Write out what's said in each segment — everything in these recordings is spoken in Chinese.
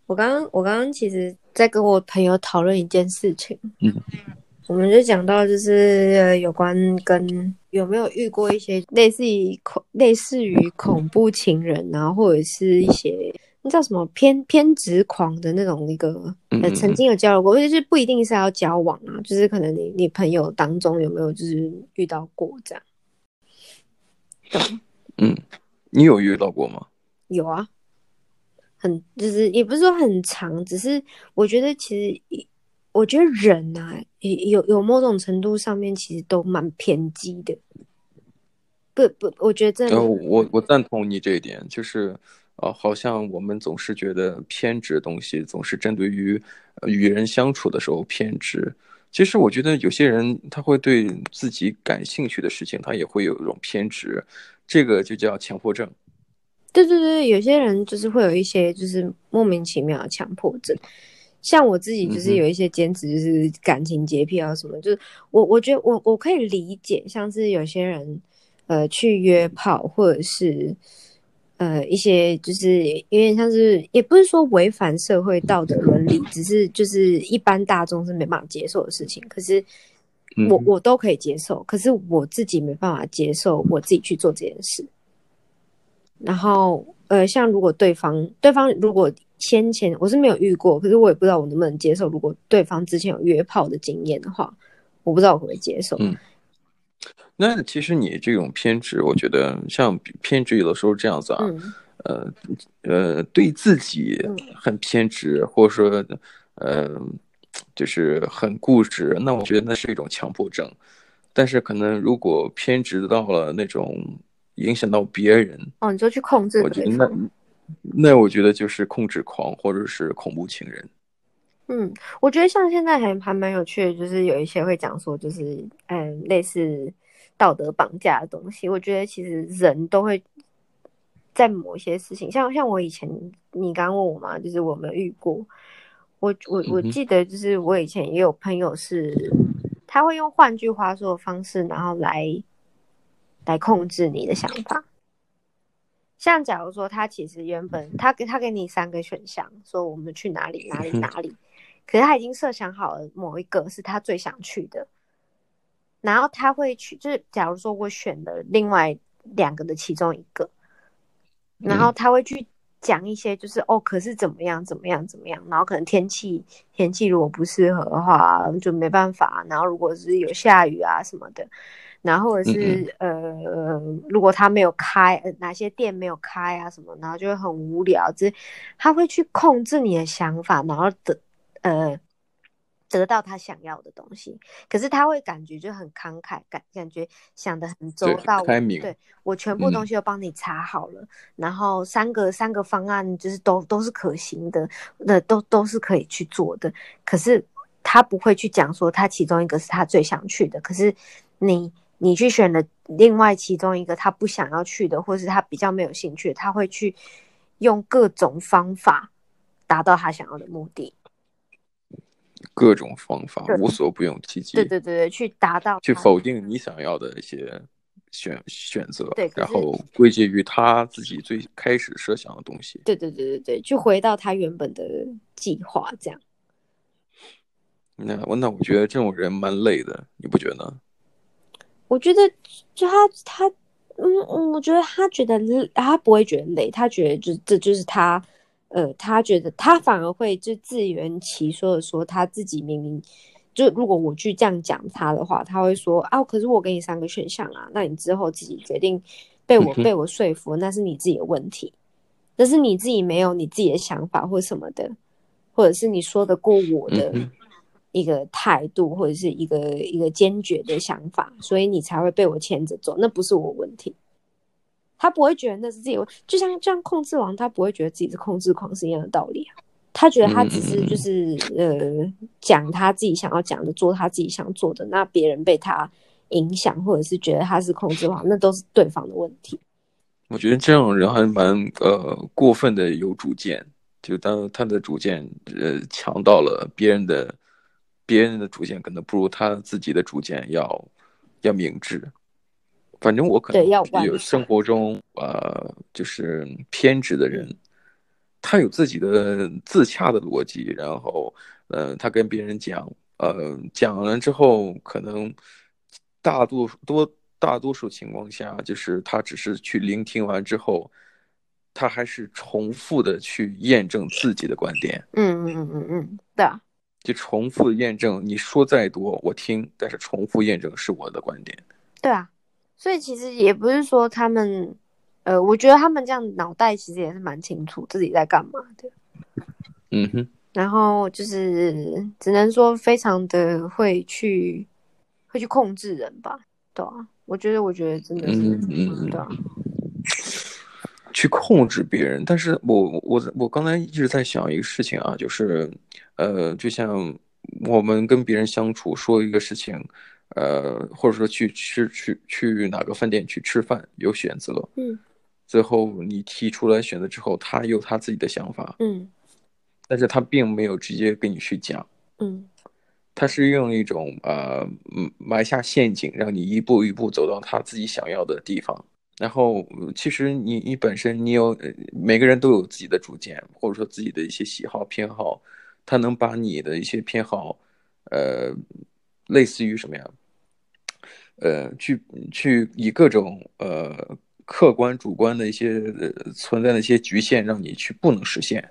我刚刚其实在跟我朋友讨论一件事情， 嗯我们就讲到就是有关跟有没有遇过一些类似于恐怖情人啊，或者是一些那叫什么偏执狂的那种曾嗯嗯嗯经有交流过，就是不一定是要交往啊，就是可能你朋友当中有没有就是遇到过这样，懂吗？ 嗯，你有遇到过吗？ 有啊，就是也不是说很长，只是我觉得其实我觉得人啊，有某种程度上面其实都蛮偏激的。不，我觉得真的我赞同你这一点，就是好像我们总是觉得偏执的东西总是针对于与人相处的时候偏执。其实我觉得有些人他会对自己感兴趣的事情，他也会有一种偏执，这个就叫强迫症。 对对对，有些人就是会有一些就是莫名其妙的强迫症，像我自己就是嗯哼。 有一些坚持，就是感情洁癖啊什么，就是我觉得我可以理解，像是有些人去约炮，或者是一些就是有点像是也不是说违反社会道德伦理，只是就是一般大众是没办法接受的事情，可是嗯哼。 我都可以接受，可是我自己没办法接受我自己去做这件事。然后像如果对方如果先前我是没有遇过，可是我也不知道我能不能接受。如果对方之前有约炮的经验的话，我不知道我会不会接受。 嗯。那其实你这种偏执，我觉得像偏执有的时候这样子啊， 嗯呃对自己嗯， 很偏执，或者说呃就是很固执，那我觉得那是一种强迫症。但是可能如果偏执到了那种影响到别人， 哦，你就去控制我觉得那对方。 那我觉得就是控制狂或者是恐怖情人。 嗯，我觉得像现在还蛮有趣的，就是有一些会讲说，就是类似道德绑架的东西。我觉得其实人都会在某一些事情，像我以前你刚问我嘛，就是我没有遇过。我嗯哼。 记得就是我以前也有朋友是，他会用换句话说的方式，然后来控制你的想法。像假如说他其实原本他给你三个选项，说我们去哪里哪嗯哼。 里哪里，可是他已经设想好了某一个是他最想去的，然后他会去，就是假如说我选了另外两个的其中一个，然后嗯他会去讲一些就是哦，可是怎么样怎么样怎么样，然后可能天气如果不适合的话就没办法，然后如果是有下雨啊什么的，然后或者嗯嗯。 是如果他没有开，哪些店没有开啊什么，然后就会很无聊，他会去控制你的想法，然后呃得到他想要的东西。可是他会感觉就很慷慨，感觉想的很对，很周到， 开明。 对我全部东嗯。 西都帮你查好了，然后三个方案就是都是可行的，都是可以去做的。可是他不会去讲说他其中一个是他最想去的，可是你去选了另外其中一个他不想要去的，或是他比较没有兴趣的，他会去用各种方法达到他想要的目的。 各种方法无对所不用其极， 对对对对，去达到他。 去否定你想要的一些选择， 对，可是然后归结于他自己最开始设想的东西。 对对对对对，就回到他原本的计划这样。 那我觉得这种人蛮累的，你不觉得呢？ 我觉得就我觉得他觉得累，他不会觉得累，他觉得这就是他，他觉得他反而会就自圆其说的说他自己明明就如果我去这样讲他的话，他会说啊，可是我给你三个选项啊，那你之后自己决定被嗯哼。 我被我说服，那是你自己的问题，那是你自己没有你自己的想法或什么的，或者是你说得过我的嗯哼。 一个态度，或者是一个坚决的想法，所以你才会被我牵着走，那不是我问题。他不会觉得那是自己的，就像控制王，他不会觉得自己是控制狂是一样的道理啊。他觉得他嗯只是就嗯嗯。 是讲他自己想要讲的，做他自己想做的，那别人被他影响，或者是觉得他是控制狂，那都是对方的问题。 我觉得这种人还蛮过分的有主见，就当他的主见强到了别人的主见可能不如他自己的主见要明智。反正我可对， 能要完有生善。 活中就是偏执的人， 他有自己的自洽的逻辑，然后他跟别人讲，讲了之后，可能大多数情况下，就是他只是去聆听完之后，他还是重复的去验证自己的观点。 对啊， 就重复的验证，你说再多我听，但是重复验证是我的观点。 对啊，所以其实也不是说他们，我觉得他们这样脑袋其实也是蛮清楚自己在干嘛的。 嗯哼。 然后就是只能说非常的会去控制人吧，对啊，我觉得真的是，对啊， 去控制别人。但是我刚才一直在想一个事情啊，就是就像我们跟别人相处，说一个事情，或者说去哪个饭店去吃饭，有选择，最后你提出来选择之后，他有他自己的想法，但是他并没有直接跟你去讲，他是用一种埋下陷阱，让你一步一步走到他自己想要的地方。然后其实你本身你有每个人都有自己的主见，或者说自己的一些喜好偏好，他能把你的一些偏好，类似于什么呀？去以各种客观主观的一些存在的一些局限，让你去不能实现。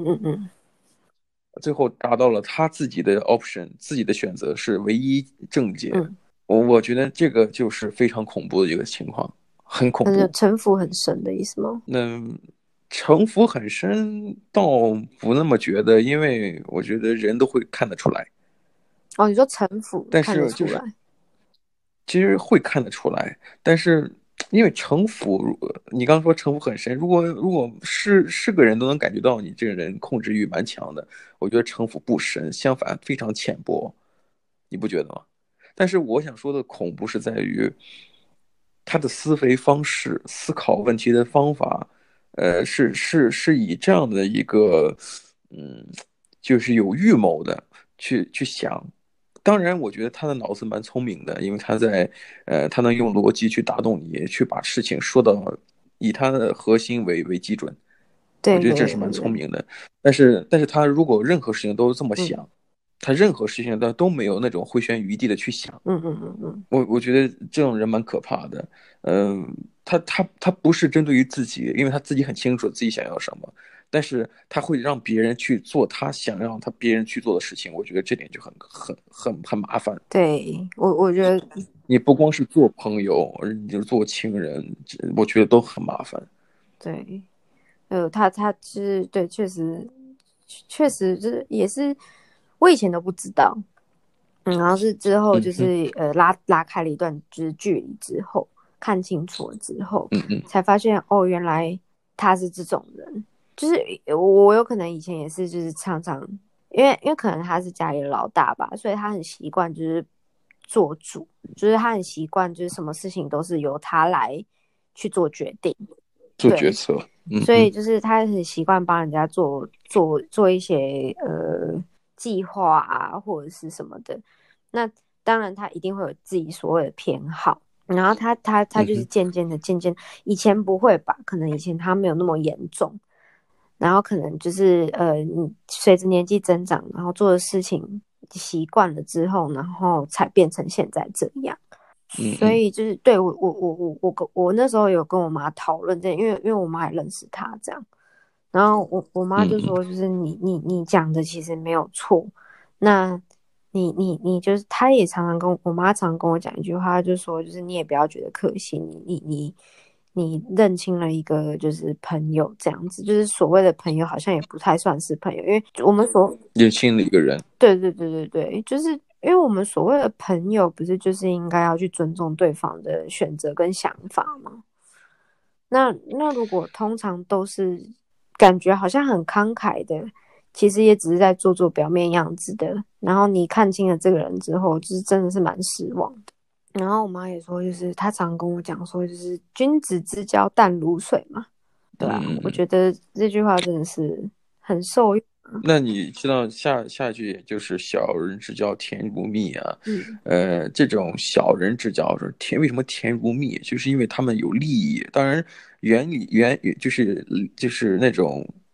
最后达到了他自己的 option， 自己的选择是唯一正解。我觉得这个就是非常恐怖的一个情况，很恐怖。 城府很深的意思吗？ 那城府很深，倒不那么觉得，因为我觉得人都会看得出来。 哦，你说城府但看得是就是出来？ 其实会看得出来，但是因为城府，你刚刚说城府很深，如果是个人都能感觉到你这个人控制欲蛮强的，我觉得城府不深，相反非常浅薄，你不觉得吗？但是我想说的恐怖是在于他的思维方式、思考问题的方法，是以这样的一个，嗯，就是有预谋的去想。当然，我觉得他的脑子蛮聪明的，因为他能用逻辑去打动你，去把事情说到以他的核心为基准，我对觉得这是蛮对对对， 聪明的。但是他如果任何事情都这么想，他任何事情都没有那种回旋余地的去想，我觉得这种人蛮可怕的。他不是针对于自己，因为他自己很清楚自己想要什么，但是他会让别人去做他想让别人去做的事情，我觉得这点就很麻烦。 对我觉得你不光是做朋友，你就是做情人，我觉得都很麻烦。 对，他就是对，确实就是也是我以前都不知道，然后是之后就是拉开了一段就是距离之后，看清楚了之后，才发现哦，原来他是这种人。就是我有可能以前也是，就是常常因为可能他是家里的老大吧，所以他很习惯就是做主，就是他很习惯就是什么事情都是由他来去做决定，对， 做决策。 所以就是他很习惯帮人家做一些计划啊或者是什么的。那当然他一定会有自己所谓的偏好，然后他就是渐渐以前不会吧，可能以前他没有那么严重，然后可能就是你随着年纪增长，然后做的事情习惯了之后，然后才变成现在这样。所以就是对我那时候有跟我妈讨论这，因为我妈也认识他这样，然后我妈就说，就是你讲的其实没有错，那你就是她也常常跟我妈常常跟我讲一句话，就说就是你也不要觉得可惜，你认清了一个就是朋友这样子，就是所谓的朋友好像也不太算是朋友，因为我们认清了一个人。 对，就是因为我们所谓的朋友，不是就是应该要去尊重对方的选择跟想法吗？那如果通常都是感觉好像很慷慨的，其实也只是在做表面样子的，然后你看清了这个人之后，就是真的是蛮失望的。然后我妈也说，就是她常跟我讲说，就是君子之交淡如水嘛，对啊，我觉得这句话真的是很受用。 那你知道下一句也就是小人之交甜如蜜啊，这种小人之交是为什么甜如蜜？就是因为他们有利益。当然，原理就是那种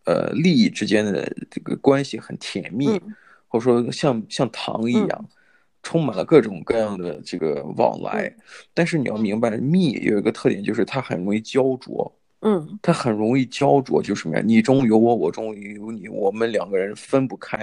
利益之间的这个关系很甜蜜，或者说像糖一样，充满了各种各样的这个往来。但是你要明白，蜜有一个特点，就是它很容易焦灼。它很容易焦灼，就是什么呀？你中有我，我中有你，我们两个人分不开。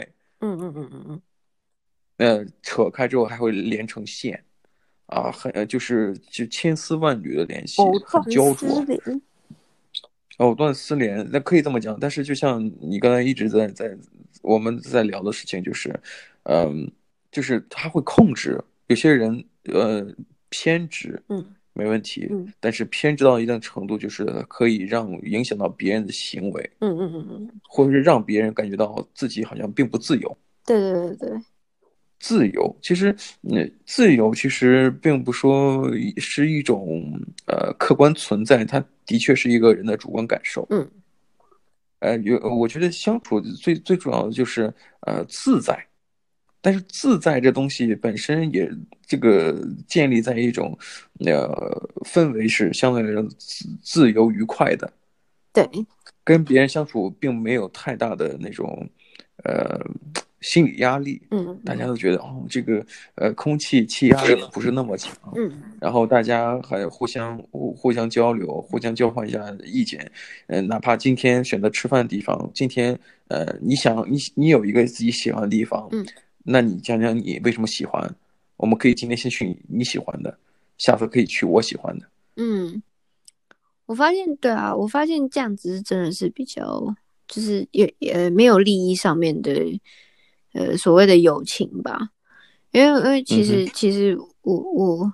扯开之后还会连成线，啊，就千丝万缕的联系，很焦灼。藕断丝连，那可以这么讲。但是就像你刚才一直我们在聊的事情，就是，就是他会控制有些人，偏执，没问题，但是偏执到一定程度，就是可以影响到别人的行为，或者是让别人感觉到自己好像并不自由。 对。 自由其实，自由其实并不说是一种客观存在，它的确是一个人的主观感受。我觉得相处最主要的就是自在，但是自在这东西本身也这个建立在一种氛围是相对来说自由愉快的。 对， 跟别人相处并没有太大的那种呃心理压力。大家都觉得这个空气气压也不是那么强。然后大家还互相交流，互相交换一下意见。哪怕今天选择吃饭的地方，今天你有一个自己喜欢的地方，那你讲讲你为什么喜欢？我们可以今天先去你喜欢的，下次可以去我喜欢的。 我发现，对啊，我发现这样子是真的是比较，就是也没有利益上面的，所谓的友情吧。因为其实我，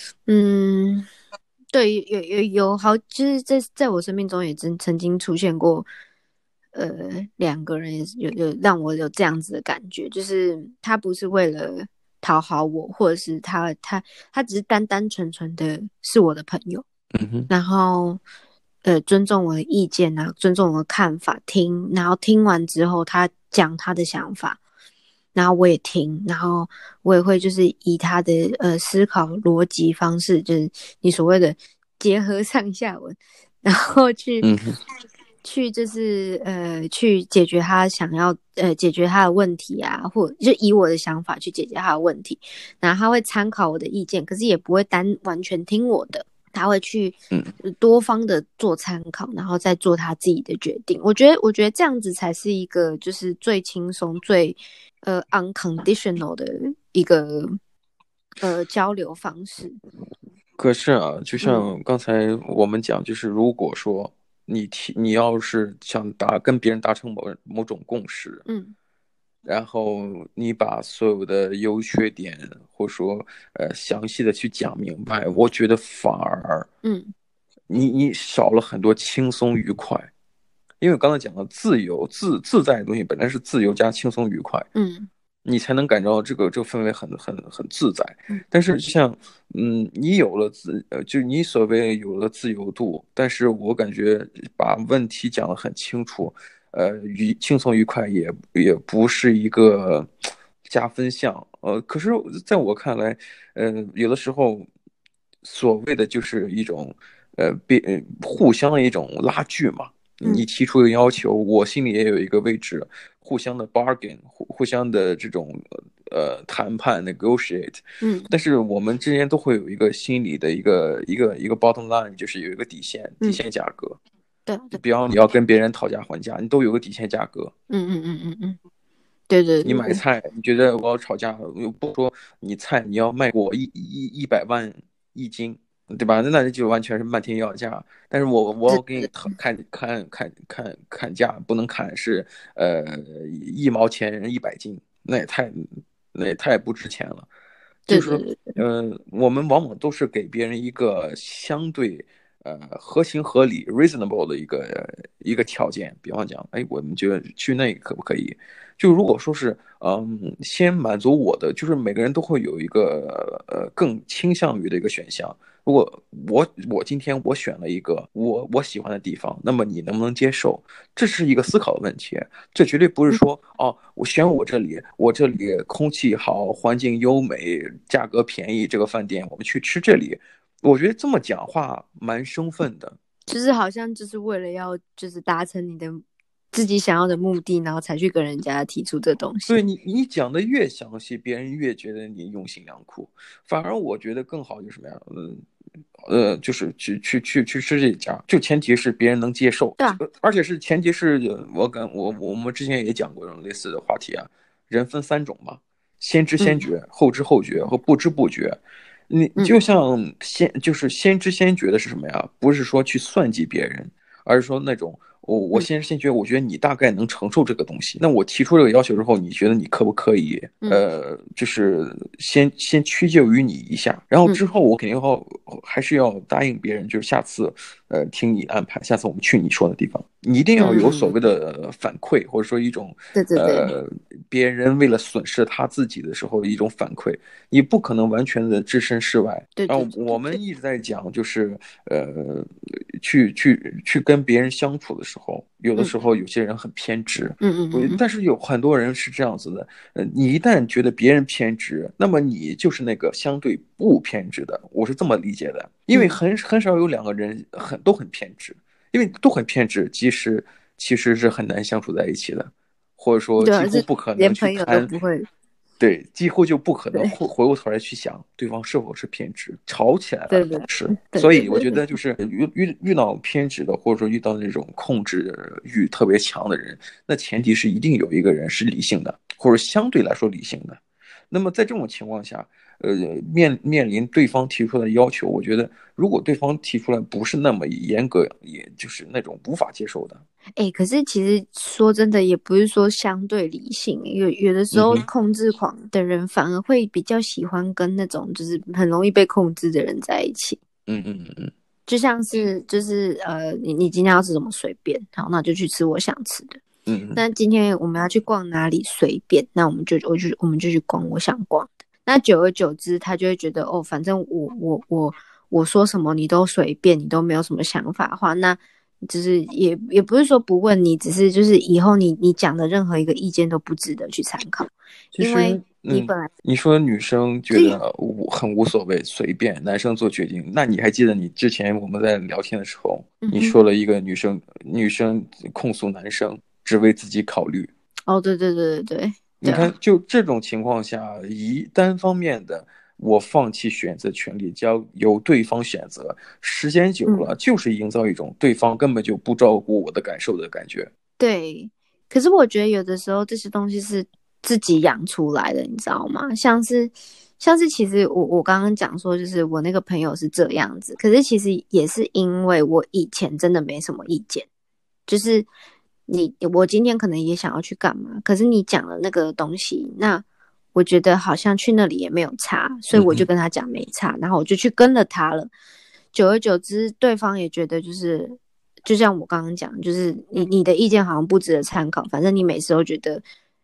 对，有好，就是在我生命中也曾经出现过，两个人有让我有这样子的感觉，就是他不是为了讨好我，或者是他只是单单纯纯的是我的朋友。然后尊重我的意见啊，尊重我的看法，然后听完之后他讲他的想法，然后我也听，然后我也会就是以他的思考逻辑方式，就是你所谓的结合上下文，然后去就是去解决他想要解决他的问题啊，或就以我的想法去解决他的问题，然后他会参考我的意见，可是也不会完全听我的。他会去多方的做参考，然后再做他自己的决定。我觉得这样子才是一个就是最轻松、最unconditional 的一个交流方式。 可是啊，就像刚才我们讲，就是如果说你要是想跟别人达成某种共识，然后你把所有的优缺点或者说详细的去讲明白，我觉得反而你少了很多轻松愉快。因为我刚才讲了自由自在的东西本来是自由加轻松愉快，你才能感到这个氛围很自在。但是像你有了就你所谓有了自由度，但是我感觉把问题讲得很清楚，轻松愉快也不是一个加分项。可是在我看来，有的时候所谓的就是一种互相的一种拉锯嘛。你提出的要求，我心里也有一个位置，互相的 bargain，互相的这种谈判 negotiate。但是我们之间都会有一个心理的一个 bottom line，就是有一个底线价格。 对， 比方你要跟别人讨价还价，你都有个底线价格。 对。 你买菜，你觉得我要吵架，不说你菜你要卖我100万一斤，对吧？那就完全是漫天要价。但是我要给你砍价，不能砍是1毛钱100斤，那也太不值钱了。就是我们往往都是给别人一个相对合情合理 reasonable 的一个条件。比方讲，我们觉得去那可不可以？就如果说是先满足我的，就是每个人都会有一个更倾向于的一个选项。如果我今天我选了一个我喜欢的地方，那么你能不能接受？这是一个思考的问题。这绝对不是说我选我这里空气好，环境优美，价格便宜，这个饭店我们去吃这里。我觉得这么讲话蛮生分的， 就是好像就是为了要就是达成你的自己想要的目的，然后才去跟人家提出这东西。 对你讲的越详细，别人越觉得你用心良苦。反而我觉得更好就是什么呀？就是去吃这家，就前提是别人能接受， 对啊， 而且是前提是我们之前也讲过这种类似的话题啊。人分三种嘛，先知先觉、后知后觉和不知不觉。你就像先知先觉的是什么呀？不是说去算计别人，而是说那种我先知先觉，我觉得你大概能承受这个东西。那我提出这个要求之后，你觉得你可不可以？就是先屈就于你一下，然后之后我肯定还是要答应别人，就是下次听你安排，下次我们去你说的地方，你一定要有所谓的反馈，或者说一种对对对， 别人为了损失他自己的时候的一种反馈，你不可能完全的置身事外。然后对对对我们一直在讲，就是去跟别人相处的时候，有的时候有些人很偏执，但是有很多人是这样子的，你一旦觉得别人偏执，那么你就是那个相对不偏执的，我是这么理解的，因为很少有两个人都很偏执，因为都很偏执，其实是很难相处在一起的，或者说对啊， 几乎是不可能连朋友都去谈。 不会。 对，几乎就不可能对回过头来去想对方是否是偏执，吵起来了对对都是。 对所以我对对对， 觉得就是遇到偏执的，或者说遇到那种控制欲特别强的人，那前提是一定有一个人是理性的，或者相对来说理性的。那么在这种情况下，面临对方提出的要求，我觉得如果对方提出来不是那么严格，也就是那种无法接受的。 可是其实说真的，也不是说相对理性，有的时候控制狂的人反而会比较喜欢跟那种就是很容易被控制的人在一起。就像是就是你今天要吃什么随便，好，那就去吃我想吃的。那今天我们要去逛哪里随便，那我们就去逛我想逛的。那久而久之，他就会觉得哦，反正我说什么你都随便，你都没有什么想法的话，那就是也不是说不问你，只是就是以后你讲的任何一个意见都不值得去参考，因为其实， 你本来你说女生觉就是得很无所谓，随便，男生做决定。那你还记得你之前我们在聊天的时候，你说了一个女生控诉男生只为自己考虑。 哦，对对对对对你看， 对啊， 就这种情况下，单方面的我放弃选择权利，交由对方选择，时间久了，就是营造一种对方根本就不照顾我的感受的感觉。 对。可是我觉得有的时候这些东西是自己养出来的，你知道吗？像是其实我刚刚讲说，就是我那个朋友是这样子，可是其实也是因为我以前真的没什么意见，就是我今天可能也想要去干嘛，可是你讲了那个东西，那我觉得好像去那里也没有差，所以我就跟他讲没差，然后我就去跟了他了。久而久之，对方也觉得就像我刚刚讲，就是你的意见好像不值得参考，反正你每次都觉得，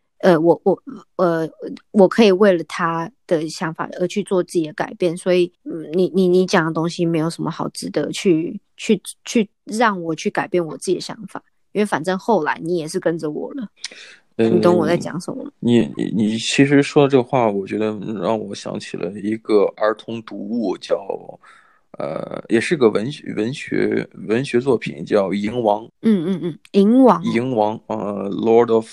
我可以为了他的想法而去做自己的改变，所以你讲的东西没有什么好值得去让我去改变我自己的想法，因为反正后来你也是跟着我了，你懂我在讲什么吗？ 你其实说这话，我觉得让我想起了一个儿童读物，也是个文学作品，叫《蝇王》。 银王哦， 蝇王，Lord of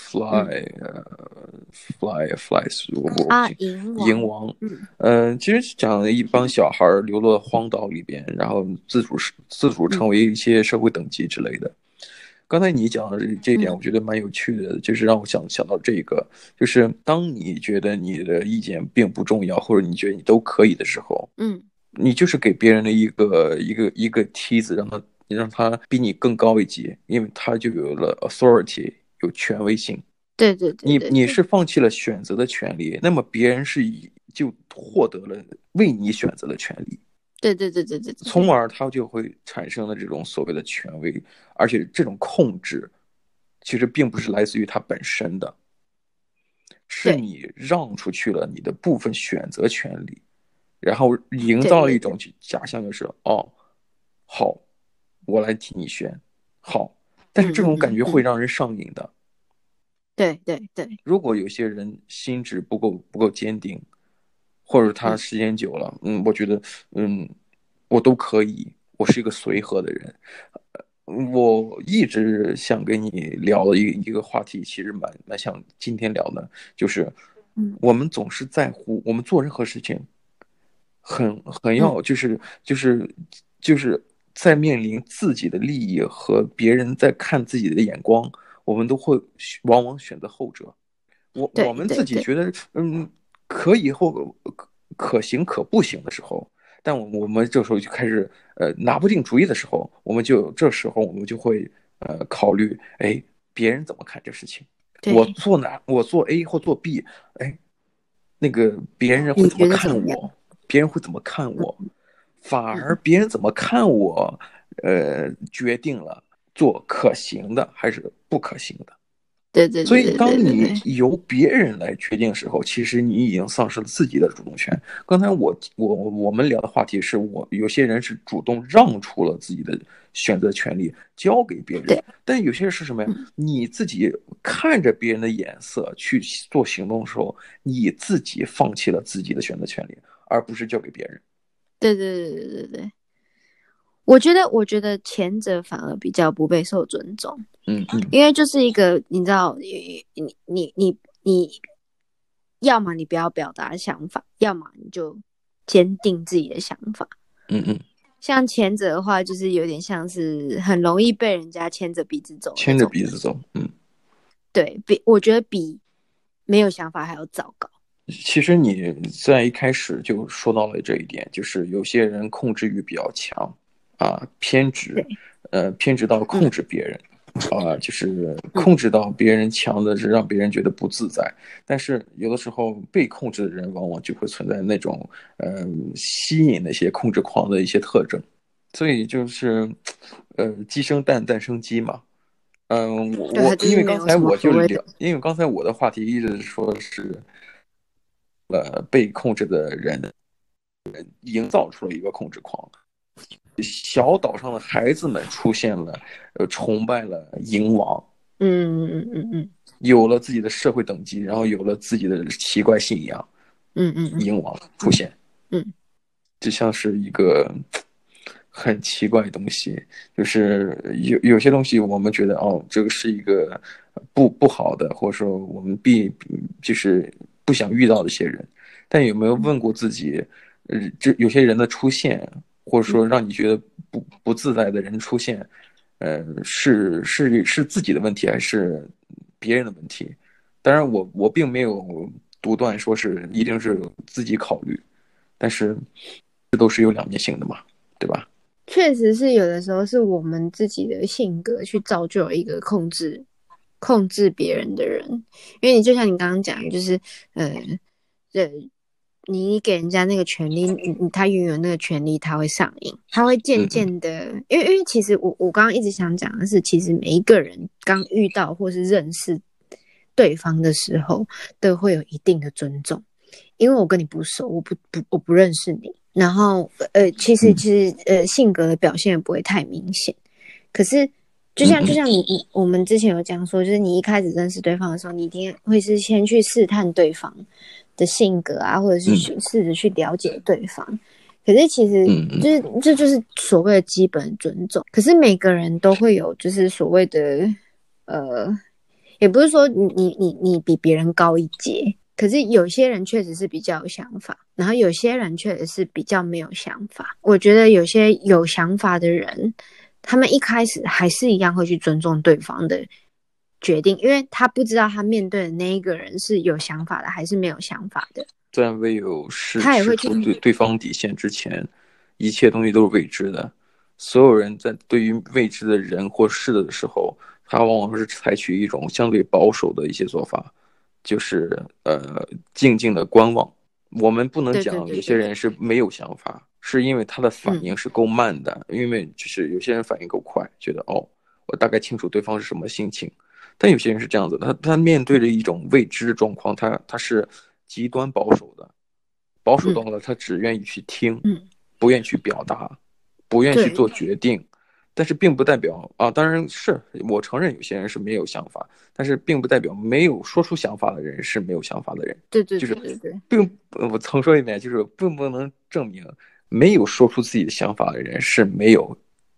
Flies，我不啊， 记。 银王， 蝇王，其实是讲了一帮小孩流落荒岛里边，然后自主成为一些社会等级之类的。刚才你讲的这一点，我觉得蛮有趣的，就是让我想到这个，就是当你觉得你的意见并不重要，或者你觉得你都可以的时候，你就是给别人的一个梯子，让他比你更高一级，因为他就有了 authority，有权威性。 对对对你对对是放弃了选择的权利，那么别人就获得了为你选择的权利。 对对对对对对对， 从而他就会产生了这种所谓的权威，而且这种控制其实并不是来自于他本身的，是对你让出去了你的部分选择权利，然后营对对对造了一种假象，就是哦，好，我来替你选，好，但是这种感觉会让人上瘾的。 对对对， 如果有些人心智不够坚定，或者他时间久了，我觉得，我都可以，我是一个随和的人， 我一直想跟你聊的一个话题，其实蛮像今天聊的，就是嗯我们总是在乎我们做任何事情，很嗯， 要就是在面临自己的利益和别人在看自己的眼光，我们都会往往选择后者。我们自对对对， 己觉得可以或可行可不行的时候，但我们这时候就开始拿不定主意的时候，这时候我们就会考虑，哎，别人怎么看这事情？ 对， 我做 A 或做 B，哎，那个别人会怎么你觉得怎么样？ 看我？别人会怎么看我？ 嗯反而嗯， 别人怎么看我，决定了做可行的还是不可行的。 对对所以， 对对当你对对对由别人来决定的时候，其实你已经丧失了自己的主动权。刚才我们聊的话题是有些人是主动让出了自己的选择权利，交给别人， 对， 但有些人是什么呀？ 嗯， 你自己看着别人的眼色去做行动的时候，你自己放弃了自己的选择权利，而不是交给别人。 对对对对对对。我觉得前者反而比较不被受尊重， 嗯嗯， 因为就是一个你知道，你，要么你不要表达想法，要么你就坚定自己的想法。 嗯嗯， 像前者的话，就是有点像是很容易被人家牵着鼻子走的那牵着种人。 鼻子走。嗯， 对，我觉得比没有想法还要糟糕。 其实你在一开始就说到了这一点，就是有些人控制欲比较强，偏执， 对， 偏执到控嗯制别人，就是嗯， 控制到别人强的是让别人觉得不自在。但是有的时候被控制的人往往就会存在那种，吸引那些控制狂的一些特征。所以就是，鸡生蛋，蛋生鸡嘛。 对，他就是没有什么所谓的。 因为刚才我的话题一直说是，被控制的人营造出了一个控制狂。小岛上的孩子们出现了，崇拜了鹰王， 嗯嗯嗯嗯有了自己的社会等级，然后有了自己的奇怪信仰， 嗯嗯嗯鹰王出嗯现， 嗯， 就像是一个很奇怪的东西。就是有些东西我们觉得哦，这个是一个不好的，或者说我们就是不想遇到的一些人，但有没有问过自己，这有些人的出现，或者说让你觉得不自在的人出现，是自己的问题还是别人的问题？当然我并没有独断说是一定是自己考虑，但是这都是有两面性的嘛，对吧？ 确实是有的时候是我们自己的性格去造就了一个控制别人的人，因为你就像你刚刚讲，就是呃呃，你给人家那个权利，他拥有那个权利，他会上瘾，他会渐嗯嗯渐的，因为其实我刚刚一直想讲的是，其实每一个人刚遇到或是认识对方的时候，都会有一定的尊重。因为我跟你不熟，我不认识你，然后嗯其实性格的表现也不会太明显，可是就嗯嗯像我们之前有讲说，就是你一开始认识对方的时候，你一定会是先去试探对方的性格啊，或者是嗯试着去了解对方。可是其实嗯嗯， 这就是所谓的基本尊重。可是每个人都会有就是所谓的呃，也不是说你比别人高一阶，可是有些人确实是比较有想法，然后有些人确实是比较没有想法。我觉得有些有想法的人，他们一开始还是一样会去尊重对方的决定，因为他不知道他面对的那一个人是有想法的还是没有想法的， 在未有试他也会去， 出对方底线之前，一切东西都是未知的。所有人在对于未知的人或事的时候，他往往是采取一种相对保守的一些做法，就是静静的观望。我们不能对对讲有些对对对， 人是没有想法，是因为他的反嗯， 应是够慢的，因为就是有些人反应够快，觉得哦，我大概清楚对方是什么心情。但有些人是这样子，他面对着一种未知的状况，他是极端保守的，保守到嗯了他只愿意去听， 嗯， 不愿意去表达，不愿意去做对决定。但是并不代表当然是我承认有些人是没有想法，但是并不代表没有说出想法的人是没有想法的人。 对对就是对对对， 我重说一遍，就是并不能证明没有说出自己的想法的人是没有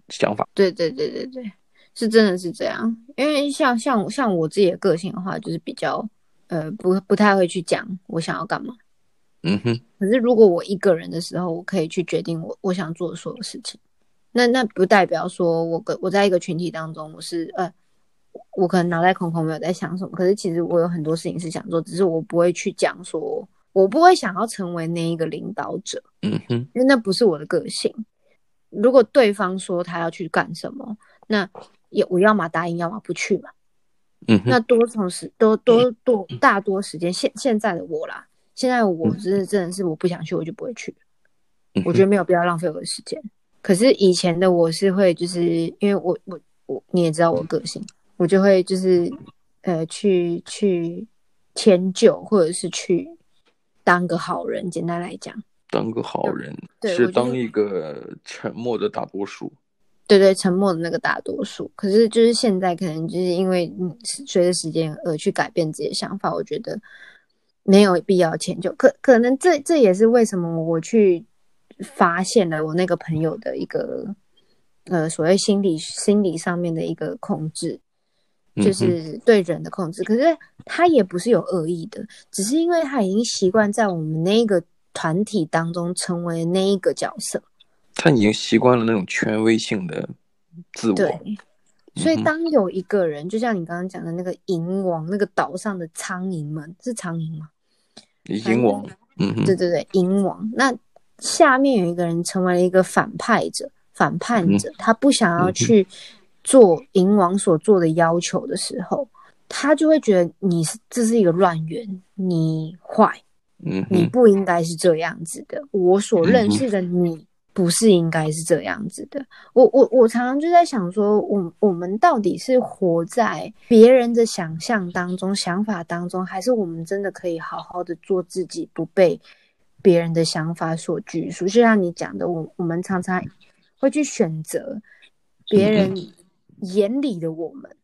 想法。 对对对对对，是真的是这样。因为像我自己的个性的话，就是比较不太会去讲我想要干嘛。 嗯哼， 可是如果我一个人的时候，我可以去决定我想做的所有事情。那不代表说我在一个群体当中，我可能脑袋空空没有在想什么。可是其实我有很多事情是想做，只是我不会去讲说，我不会想要成为那一个领导者， 嗯哼， 因为那不是我的个性。如果对方说他要去干什么，那我要么答应，要么不去嘛。 嗯哼， 那大多时间现在的我啦，现在我真的是我不想去，我就不会去。我觉得没有必要浪费我的时间。可是以前的我是会，就是因为我你也知道我个性，我就会就是去迁就，或者是去当个好人。简单来讲， 当个好人对我就是是当一个沉默的大多数。 对对沉默的那个大多数。可是就是现在可能就是因为随着时间而去改变自己的想法，我觉得没有必要迁就。可能这也是为什么我去发现了我那个朋友的一个所谓心理上面的一个控制，就是对人的控制。可是他也不是有恶意的，只是因为他已经习惯在我们那一个团体当中成为那一个角色， 他已经习惯了那种权威性的自我。 对。所以当有一个人，就像你刚刚讲的那个银王，那个岛上的苍蝇们，是苍蝇吗？ 银王， 对对对，银王。那下面有一个人成为了一个反叛者，他不想要去做银王所做的要求的时候，他就会觉得这是一个乱源，你坏，你不应该是这样子的。我所认识的你不是应该是这样子的。我常常就在想说，我们到底是活在别人的想象当中、想法当中，还是我们真的可以好好的做自己，不被别人的想法所拘束？就像你讲的，我们常常会去选择别人眼里的我们，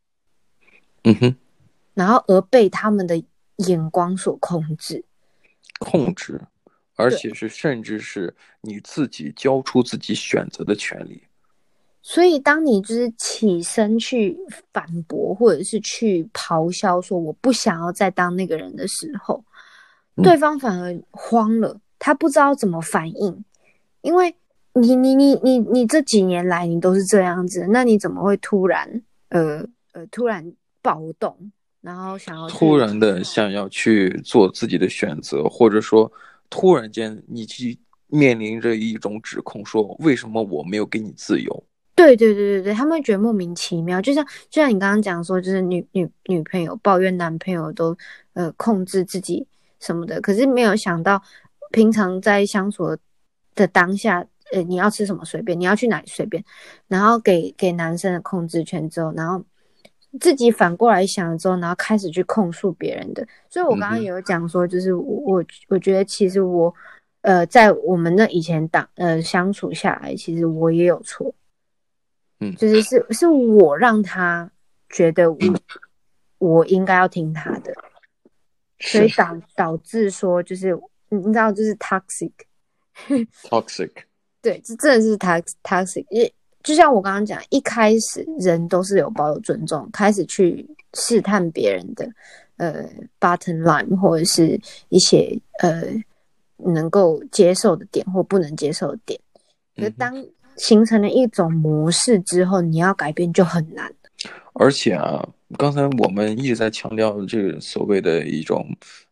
然后而被他们的眼光所控制， 而且甚至是你自己交出自己选择的权利。 所以当你就是起身去反驳，或者是去咆哮说我不想要再当那个人的时候，对方反而慌了，他不知道怎么反应。因为你这几年来你都是这样子，那你怎么会突然暴动，然后突然的想要去做自己的选择，或者说突然间你去面临着一种指控，说为什么我没有给你自由？ 对对对对对，他们会觉得莫名其妙。就像你刚刚讲说，就是女朋友抱怨男朋友都控制自己什么的，可是没有想到平常在相处的当下，你要吃什么随便，你要去哪里随便，然后给男生的控制权之后，然后自己反过来想了之后，然后开始去控诉别人的。所以我刚刚也有讲说，就是我觉得其实我在我们那以前相处下来，其实我也有错。就是是我让他觉得我应该要听他的，所以导致说就是你知道就是 toxic， 对，这真的是 toxic。就像我刚刚讲，一开始人都是有保有尊重，开始去试探别人的bottom line 或者是一些能够接受的点或不能接受的点，可是当形成了一种模式之后，你要改变就很难。 而且啊，刚才我们一直在强调这个所谓的一种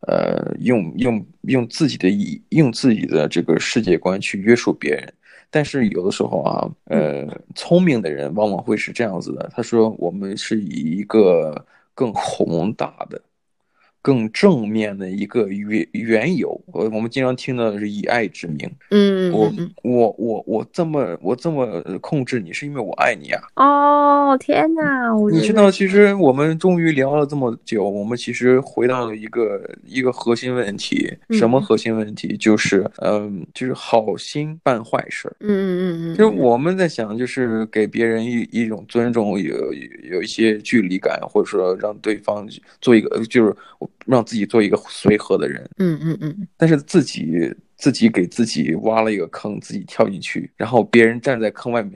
用自己的这个世界观去约束别人，但是有的时候啊，聪明的人往往会是这样子的，他说我们是以一个更宏大的、更正面的一个缘由，我们经常听到的是以爱之名。我这么控制你，是因为我爱你啊！ 哦，天哪！ 你知道，其实我们终于聊了这么久，我们其实回到了一个核心问题，什么核心问题？就是就是好心办坏事。就是我们在想，就是给别人一种尊重，有一些距离感，或者说让对方做一个，就是让自己做一个随和的人。但是自己给自己挖了一个坑，自己跳进去，然后别人站在坑外面，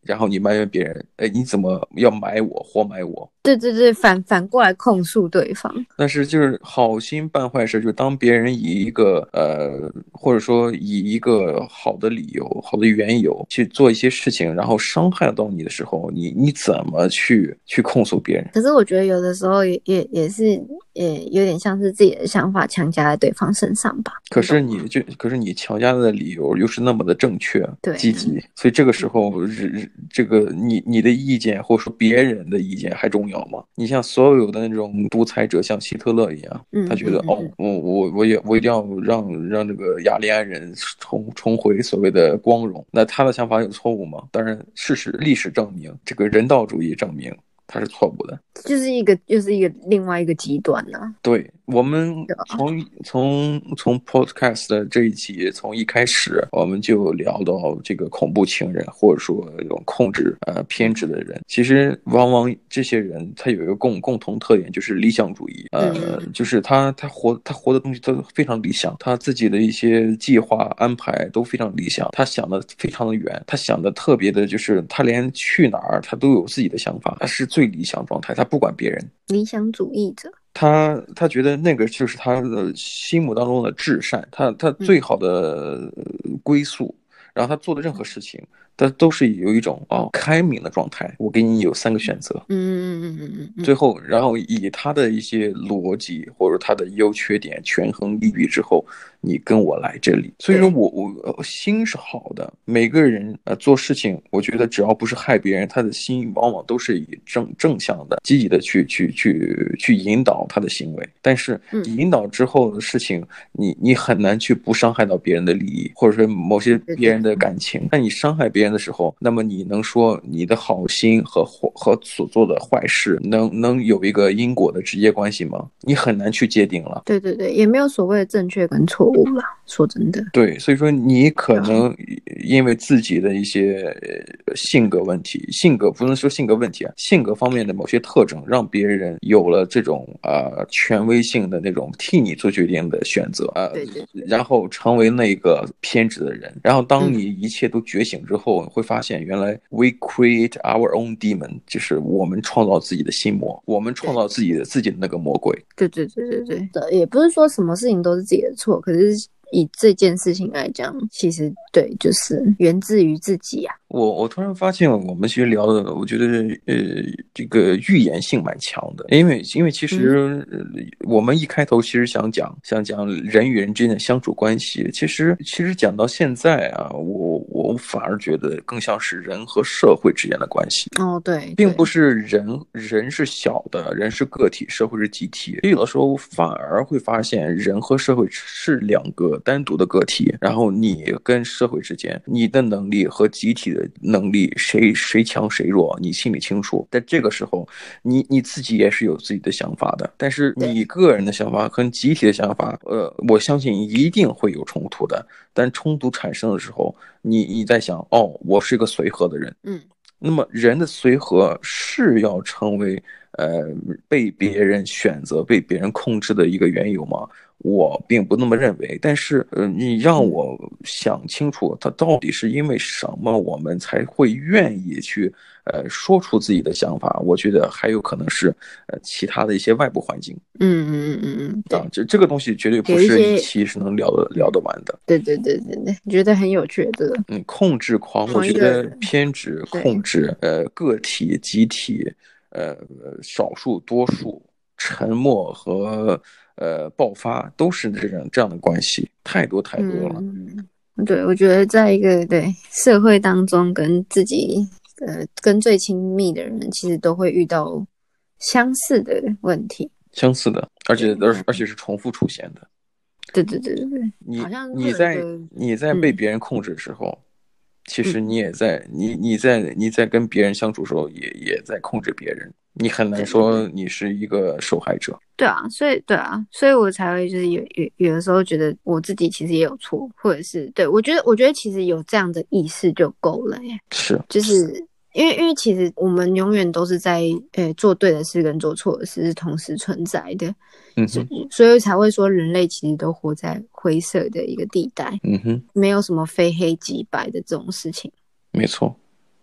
然后你埋怨别人，哎，你怎么要埋我，活埋我？ 对对对，反过来控诉对方。 但是就是好心办坏事，就当别人以一个或者说以一个好的理由、好的缘由去做一些事情，然后伤害到你的时候，你怎么去控诉别人？ 可是我觉得有的时候也是有点像是自己的想法强加在对方身上吧。 可是你强加的理由又是那么的正确、积极，所以这个时候这个你的意见或者说别人的意见还重要吗？你像所有的那种独裁者，像希特勒一样，他觉得我一定要让这个雅利安人重回所谓的光荣，那他的想法有错误吗？当然，历史证明，这个人道主义证明它是错误的， 就是一个另外一个极端啊。 对，我们从 podcast 的这一期，从一开始我们就聊到这个恐怖情人，或者说这种控制偏执的人，其实往往这些人他有一个共同特点，就是理想主义，就是他活的东西都非常理想，他自己的一些计划安排都非常理想，他想的非常的远，他想的特别的，就是他连去哪儿他都有自己的想法，他是最理想状态，他不管别人， 理想主义者。 他觉得那个就是他的心目当中的至善，他最好的归宿，然后他做的任何事情，他都是有一种开明的状态。我给你有3个选择，最后然后以他的一些逻辑或者他的优缺点权衡利弊之后，你跟我来这里。所以说我心是好的，每个人做事情，我觉得只要不是害别人，他的心往往都是以正向的、积极的去引导他的行为。但是引导之后的事情，你很难去不伤害到别人的利益，或者说某些别人的感情。那你伤害别人的时候，那么你能说你的好心和所做的坏事能有一个因果的直接关系吗？你很难去界定了。 对对对，也没有所谓的正确跟错误啦，说真的。 对，所以说你可能因为自己的一些性格问题，不能说性格问题啊，性格方面的某些特征，让别人有了这种权威性的那种替你做决定的选择对对对， 然后成为那个偏执的人。然后当你一切都觉醒之后，会发现原来 we create our own demon， 就是我们创造自己的心魔，我们创造自己的那个魔鬼。 对对对对对，也不是说什么事情都是自己的错，可是以这件事情来讲，其实对，就是源自于自己啊。 我突然发现，我们其实聊的，我觉得这个预言性蛮强的，因为其实我们一开头其实想讲人与人之间的相处关系，其实讲到现在啊，我反而觉得更像是人和社会之间的关系。 哦，对， 并不是人是小的，人是个体，社会是集体。有的时候反而会发现，人和社会是2个单独的个体，然后你跟社会之间，你的能力和集体的能力谁强谁弱，你心里清楚。在这个时候，你自己也是有自己的想法的，但是你个人的想法和集体的想法，我相信一定会有冲突的。但冲突产生的时候，你在想，我是一个随和的人，那么人的随和是要成为被别人选择、被别人控制的一个缘由吗？我并不那么认为。但是你让我想清楚，它到底是因为什么我们才会愿意去说出自己的想法？我觉得还有可能是其他的一些外部环境。对，这个东西绝对不是一期是能聊得完的。 对对对对对，觉得很有趣的。 控制狂，我觉得偏执、控制，个体、集体，少数、多数，沉默和爆发，都是这样的关系，太多了。 对，我觉得在一个社会当中，跟自己跟最亲密的人，其实都会遇到相似的问题， 相似的，而且是重复出现的。 对对对对对， 你在被别人控制的时候，其实你也在你在跟别人相处的时候也在控制别人，你很难说你是一个受害者。 对啊，所以我才会就是有的时候觉得我自己其实也有错，或者是对我觉得其实有这样的意识就够了耶。 是， 就是因为其实我们永远都是在做对的事跟做错的事是同时存在的。所以才会说人类其实都活在灰色的一个地带。没有什么非黑即白的这种事情。 没错。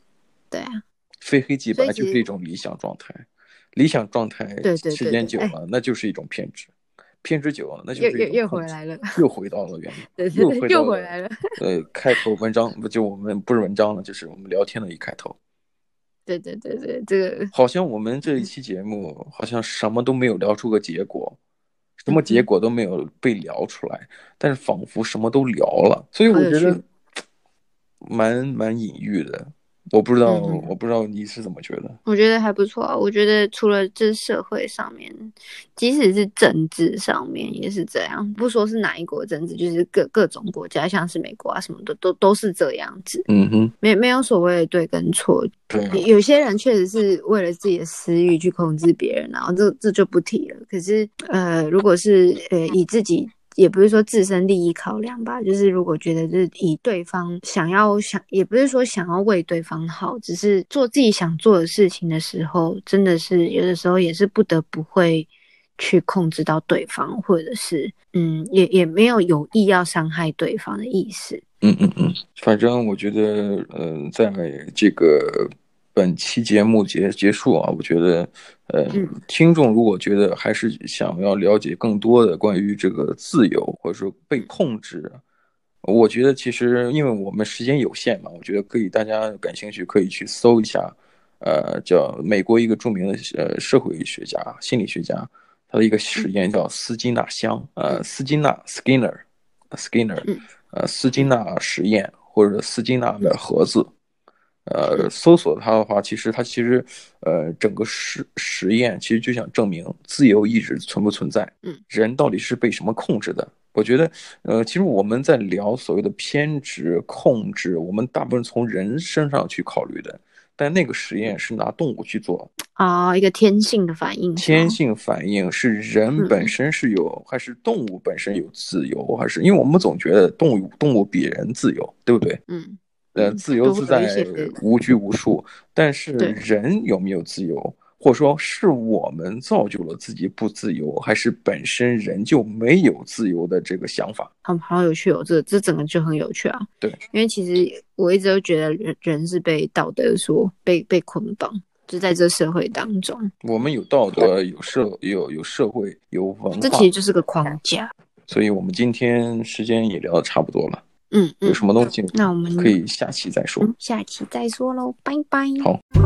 对啊， 非黑即白所以其实就是一种理想状态，理想状态对对时对对，哎， 间久了，那就是一种偏执，偏执久了，那就是一种又控制， 回来了， 又回到了原， 对对对， 又回到了又回来了， 开头文章，就我们不是文章了，就是我们聊天的一开头。 对对对对，这个， 好像我们这一期节目好像什么都没有聊出个结果，什么结嗯哼， 果都没有被聊出来，但是仿佛什么都聊了，所以我觉得好有趣， 蛮隐喻的。我不知道， 嗯哼。 我不知道你是怎么觉得？ 我觉得还不错啊。我觉得除了这社会上面，即使是政治上面也是这样。不说是哪一国政治，就是各种国家，像是美国啊什么的，都是这样子。 嗯哼， 没有所谓的对跟错。 对啊， 有些人确实是为了自己的私欲去控制别人，然后这就不提了。可是如果是以自己。也不是说自身利益考量吧，就是如果觉得就是以对方也不是说想要为对方好，只是做自己想做的事情的时候，真的是有的时候也是不得不会去控制到对方，或者是也没有意要伤害对方的意思。 反正我觉得，在这个本期节目结束啊，我觉得，听众如果觉得还是想要了解更多的关于这个自由或者说被控制，我觉得其实因为我们时间有限嘛，我觉得可以大家感兴趣可以去搜一下，叫美国一个著名的社会学家、心理学家，他的一个实验叫斯金纳箱，斯金纳 Skinner，斯金纳实验或者斯金纳的盒子。搜索它的话，其实整个实验其实就想证明自由意志存不存在，人到底是被什么控制的。我觉得，其实我们在聊所谓的偏执、控制，我们大部分从人身上去考虑的，但那个实验是拿动物去做， 一个天性的反应是吗？ 天性反应是人本身是有，还是动物本身有自由，还是因为我们总觉得动物比人自由，对不对？自由都会有一自在， 些无拘无束。但是对， 人有没有自由，或者说是我们造就了自己不自由，还是本身人就没有自由的这个想法？ 好有趣哦，这整个就很有趣啊。 对， 因为其实我一直都觉得人是被道德所被捆绑，就在这社会当中， 我们有道德，有社会，有文这其化， 实就是个框架。 所以我们今天时间也聊得差不多了。有什么东西那我们可以下期再说。 下期再说喽，拜拜。 好。